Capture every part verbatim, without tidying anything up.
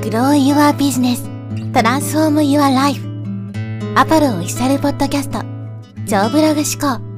Grow Your Business Transform Your Life アポロオフィシャルポッドキャスト超ブログ思考。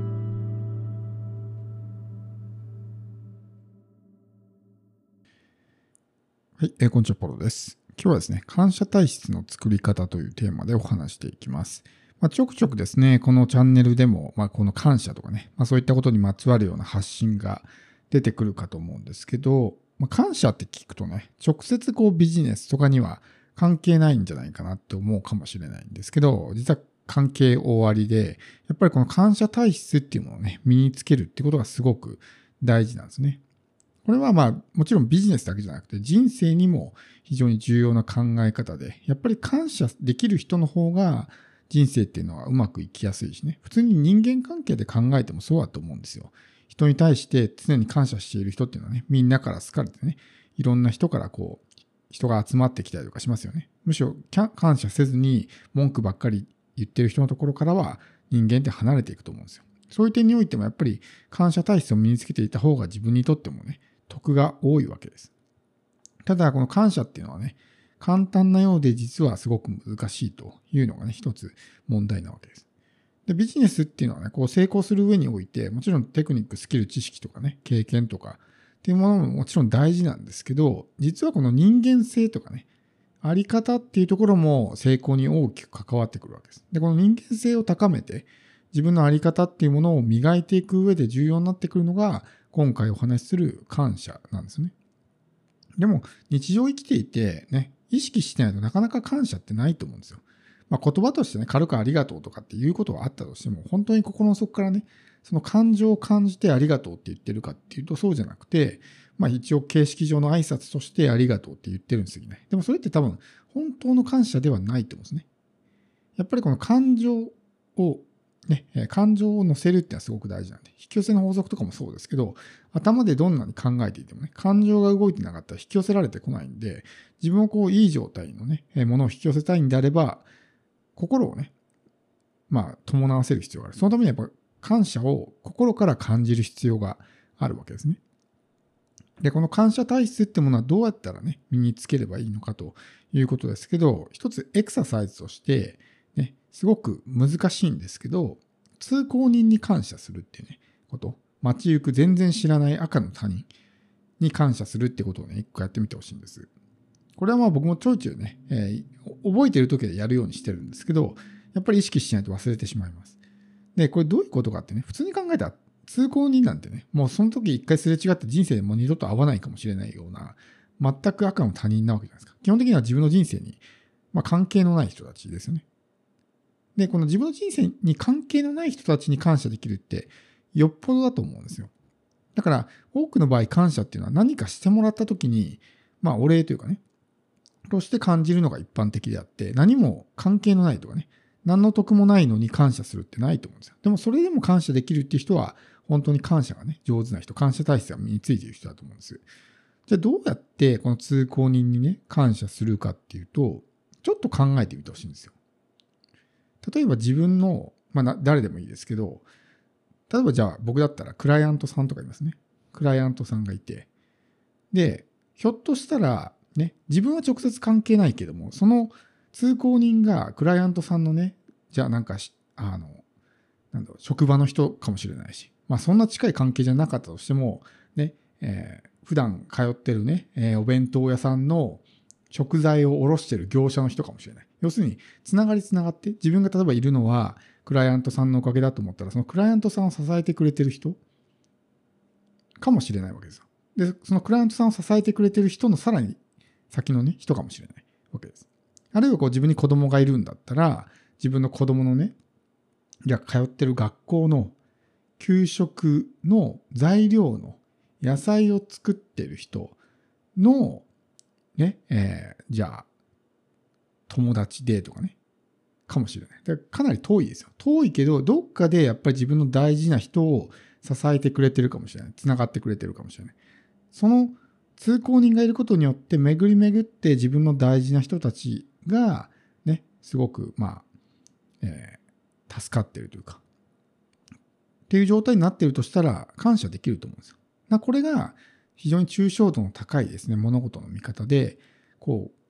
はい、えー、こんにちは、ポロです。今日はですね、感謝体質の作り方というテーマでお話していきます。まあ、ちょくちょくですね、このチャンネルでも、まあ、この感謝とかね、まあ、そういったことにまつわるような発信が出てくるかと思うんですけど、まあ、感謝って聞くとね、直接こうビジネスとかには関係ないんじゃないかなって思うかもしれないんですけど、実は関係大ありで、やっぱりこの感謝体質っていうものをね、身につけるってことがすごく大事なんですね。これはまあもちろんビジネスだけじゃなくて人生にも非常に重要な考え方で、やっぱり感謝できる人の方が人生っていうのはうまくいきやすいしね。普通に人間関係で考えてもそうだと思うんですよ。人に対して常に感謝している人っていうのはね、みんなから好かれてね、いろんな人からこう、人が集まってきたりとかしますよね。むしろ感謝せずに文句ばっかり言ってる人のところからは人間って離れていくと思うんですよ。そういう点においてもやっぱり感謝体質を身につけていた方が自分にとってもね、得が多いわけです。ただこの感謝っていうのはね、簡単なようで実はすごく難しいというのがね、一つ問題なわけです。で、ビジネスっていうのはね、こう成功する上において、もちろんテクニック、スキル、知識とかね、経験とかっていうものももちろん大事なんですけど、実はこの人間性とかね、あり方っていうところも成功に大きく関わってくるわけです。で、この人間性を高めて、自分のあり方っていうものを磨いていく上で重要になってくるのが、今回お話しする感謝なんですね。でも、日常生きていてね、意識してないとなかなか感謝ってないと思うんですよ。まあ、言葉としてね、軽くありがとうとかっていうことはあったとしても、本当に心の底からね、その感情を感じてありがとうって言ってるかっていうとそうじゃなくて、まあ一応形式上の挨拶としてありがとうって言ってるんですよね。でもそれって多分本当の感謝ではないと思うんですね。やっぱりこの感情をね、感情を乗せるってのはすごく大事なんで、引き寄せの法則とかもそうですけど、頭でどんなに考えていてもね、感情が動いてなかったら引き寄せられてこないんで、自分をこういい状態のね、ものを引き寄せたいんであれば、心をね、まあ伴わせる必要がある。そのためにやっぱ感謝を心から感じる必要があるわけですね。で、この感謝体質ってものはどうやったらね、身につければいいのかということですけど、一つエクササイズとして、ね、すごく難しいんですけど、通行人に感謝するっていうね、こと。街行く全然知らない赤の他人に感謝するってことをね、一個やってみてほしいんです。これはまあ僕もちょいちょいね、えー、覚えてる時でやるようにしてるんですけど、やっぱり意識しないと忘れてしまいます。で、これどういうことかってね、普通に考えたら通行人なんてね、もうその時一回すれ違って人生でもう二度と会わないかもしれないような、全く赤の他人なわけじゃないですか。基本的には自分の人生に、まあ、関係のない人たちですよね。で、この自分の人生に関係のない人たちに感謝できるって、よっぽどだと思うんですよ。だから、多くの場合感謝っていうのは何かしてもらった時に、まあ、お礼というかね、として感じるのが一般的であって、何も関係のないとかね、何の得もないのに感謝するってないと思うんですよ。でもそれでも感謝できるっていう人は、本当に感謝がね、上手な人、感謝体質が身についている人だと思うんです。じゃあどうやってこの通行人にね、感謝するかっていうと、ちょっと考えてみてほしいんですよ。例えば自分の、まあ誰でもいいですけど、例えばじゃあ僕だったらクライアントさんとかいますね。クライアントさんがいて、で、ひょっとしたら、ね、自分は直接関係ないけども、その通行人がクライアントさんのね、じゃあなんかあの、なんだろう、職場の人かもしれないし、まあそんな近い関係じゃなかったとしても、ね、えー、普段通ってるね、えー、お弁当屋さんの食材を卸してる業者の人かもしれない。要するに、つながりつながって、自分が例えばいるのは、クライアントさんのおかげだと思ったら、そのクライアントさんを支えてくれてる人かもしれないわけですよ。で、そのクライアントさんを支えてくれてる人のさらに先のね、人かもしれないわけです。あるいはこう自分に子供がいるんだったら、自分の子供のね、じゃあ通ってる学校の給食の材料の野菜を作ってる人のね、えー、じゃあ友達でとかね、かもしれない。だからかなり遠いですよ。遠いけど、どっかでやっぱり自分の大事な人を支えてくれてるかもしれない。繋がってくれてるかもしれない。その通行人がいることによって巡り巡って自分の大事な人たちがね、すごくまあ、えー、助かってるというか、っていう状態になっているとしたら感謝できると思うんですよ。これが非常に抽象度の高いですね、物事の見方で、こう、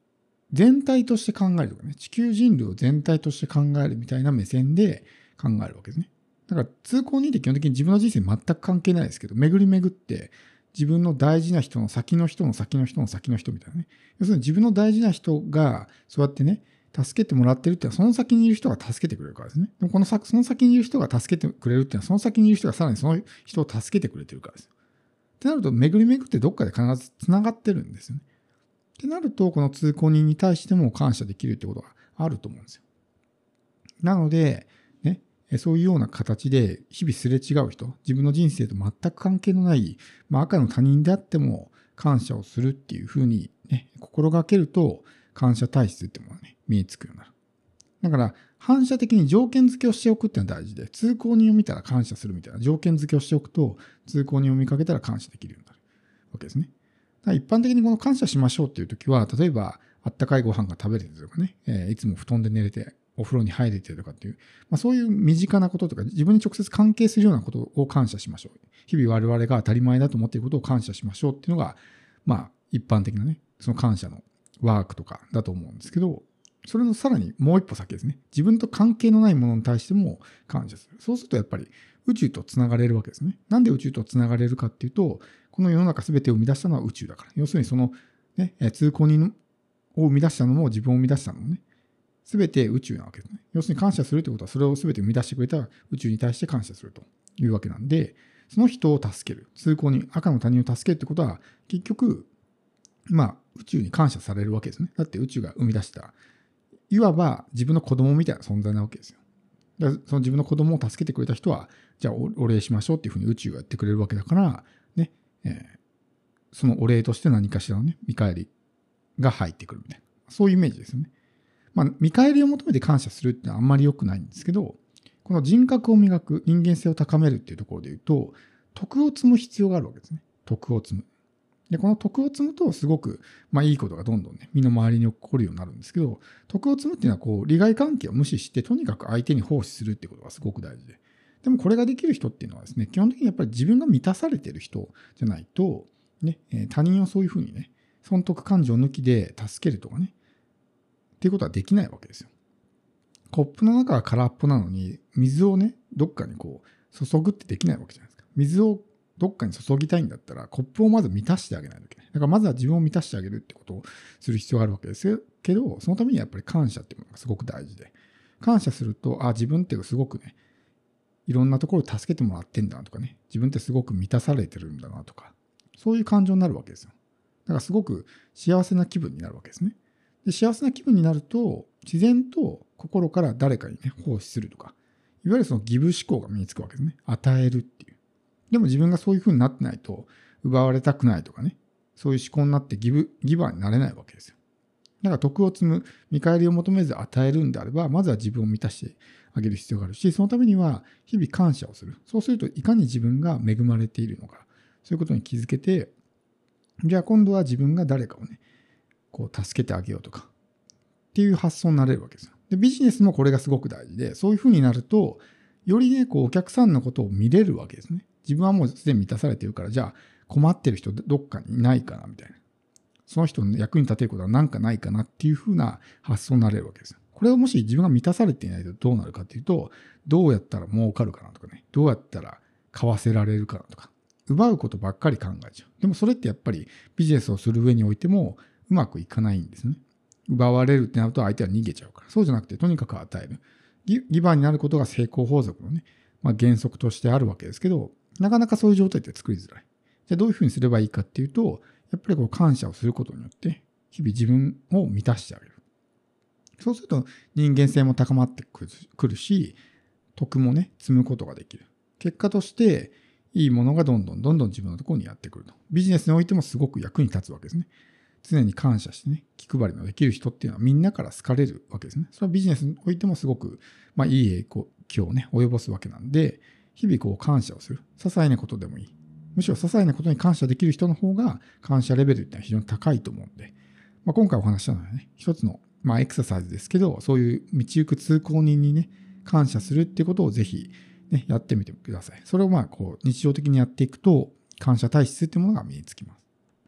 全体として考えるとかね、地球人類を全体として考えるみたいな目線で考えるわけですね。だから通行人って基本的に自分の人生全く関係ないですけど、巡り巡って自分の大事な人の先の人の先の人の先の人みたいなね。要するに自分の大事な人がそうやってね、助けてもらってるっていうのはその先にいる人が助けてくれるからですね。でもこのさその先にいる人が助けてくれるっていうのはその先にいる人がさらにその人を助けてくれてるからです。ってなると巡り巡ってどっかで必ず繋がってるんですよね。ってなるとこの通行人に対しても感謝できるってことがあると思うんですよ。なので、ね、そういうような形で日々すれ違う人、自分の人生と全く関係のない、まあ、赤の他人であっても感謝をするっていうふうに、ね、心がけると感謝体質っていうものがね、身につくようになる。だから反射的に条件付けをしておくっていうのは大事で、通行人を見たら感謝するみたいな条件付けをしておくと、通行人を見かけたら感謝できるようになるわけですね。だから一般的にこの感謝しましょうっていう時は、例えばあったかいご飯が食べれてとかね、えー、いつも布団で寝れて、お風呂に入れてとかっていう、まあ、そういう身近なこととか自分に直接関係するようなことを感謝しましょう。日々我々が当たり前だと思っていることを感謝しましょうっていうのが、まあ一般的なね、その感謝のワークとかだと思うんですけど、それのさらにもう一歩先ですね。自分と関係のないものに対しても感謝する。そうするとやっぱり宇宙とつながれるわけですね。なんで宇宙とつながれるかっていうと、この世の中すべてを生み出したのは宇宙だから。要するにその、ね、通行人を生み出したのも自分を生み出したのもね、すべて宇宙なわけですね。要するに感謝するということは、それをすべて生み出してくれた宇宙に対して感謝するというわけなんで、その人を助ける。通行人、赤の他人を助けるってことは、結局、まあ、宇宙に感謝されるわけですね。だって宇宙が生み出した、いわば自分の子供みたいな存在なわけですよ。だからその自分の子供を助けてくれた人は、じゃあお礼しましょうっていうふうに宇宙がやってくれるわけだから、ね、えー、そのお礼として何かしらのね、見返りが入ってくるみたいな。そういうイメージですよね。まあ、見返りを求めて感謝するってのはあんまり良くないんですけど、この人格を磨く、人間性を高めるっていうところで言うと、徳を積む必要があるわけですね。徳を積む。で、この徳を積むとすごく、まあいいことがどんどんね、身の回りに起こるようになるんですけど、徳を積むっていうのはこう、利害関係を無視して、とにかく相手に奉仕するっていうことがすごく大事で。でもこれができる人っていうのはですね、基本的にやっぱり自分が満たされてる人じゃないと、ね、他人をそういうふうにね、損得感情抜きで助けるとかね、っていうことはできないわけですよ。コップの中が空っぽなのに、水をね、どっかにこう、注ぐってできないわけじゃないですか。水をどっかに注ぎたいんだったら、コップをまず満たしてあげないといけない。だからまずは自分を満たしてあげるってことをする必要があるわけですけど、そのためにはやっぱり感謝っていうものがすごく大事で。感謝すると、あ、自分ってすごくね、いろんなところを助けてもらってんだなとかね、自分ってすごく満たされてるんだなとか、そういう感情になるわけですよ。だからすごく幸せな気分になるわけですね。で、幸せな気分になると、自然と心から誰かにね、奉仕するとか、いわゆるそのギブ思考が身につくわけですね。与えるっていう。でも自分がそういう風になってないと、奪われたくないとかね、そういう思考になってギブ、ギバーになれないわけですよ。だから徳を積む、見返りを求めず与えるんであれば、まずは自分を満たしてあげる必要があるし、そのためには日々感謝をする。そうするといかに自分が恵まれているのか、そういうことに気づけて、じゃあ今度は自分が誰かをね、こう助けてあげようとかっていう発想になれるわけですよ。で、ビジネスもこれがすごく大事で、そういう風になると、よりね、こうお客さんのことを見れるわけですね。自分はもうすでに満たされているから、じゃあ困ってる人どっかにいないかなみたいな。その人の役に立てることは何かないかなっていう風な発想になれるわけですよ。これをもし自分が満たされていないとどうなるかっていうと、どうやったら儲かるかなとかね、どうやったら買わせられるかなとか、奪うことばっかり考えちゃう。でもそれってやっぱりビジネスをする上においてもうまくいかないんですね。奪われるってなると相手は逃げちゃうから。そうじゃなくてとにかく与える。ギ, ギバーになることが成功法則のね、まあ、原則としてあるわけですけど、なかなかそういう状態って作りづらい。じゃあどういうふうにすればいいかっていうと、やっぱりこう感謝をすることによって、日々自分を満たしてあげる。そうすると人間性も高まってくるし、徳もね、積むことができる。結果として、いいものがどんどんどんどん自分のところにやってくると。ビジネスにおいてもすごく役に立つわけですね。常に感謝してね、気配りのできる人っていうのはみんなから好かれるわけですね。それはビジネスにおいてもすごく、まあ、いい影響をね、及ぼすわけなんで、日々こう感謝をする。些細なことでもいい。むしろ些細なことに感謝できる人の方が感謝レベルってのは非常に高いと思うんで、まあ、今回お話したのはね、一つの、まあ、エクササイズですけど、そういう道行く通行人にね、感謝するっていうことをぜひ、ね、やってみてください。それをまあこう日常的にやっていくと、感謝体質っていうものが身につきます。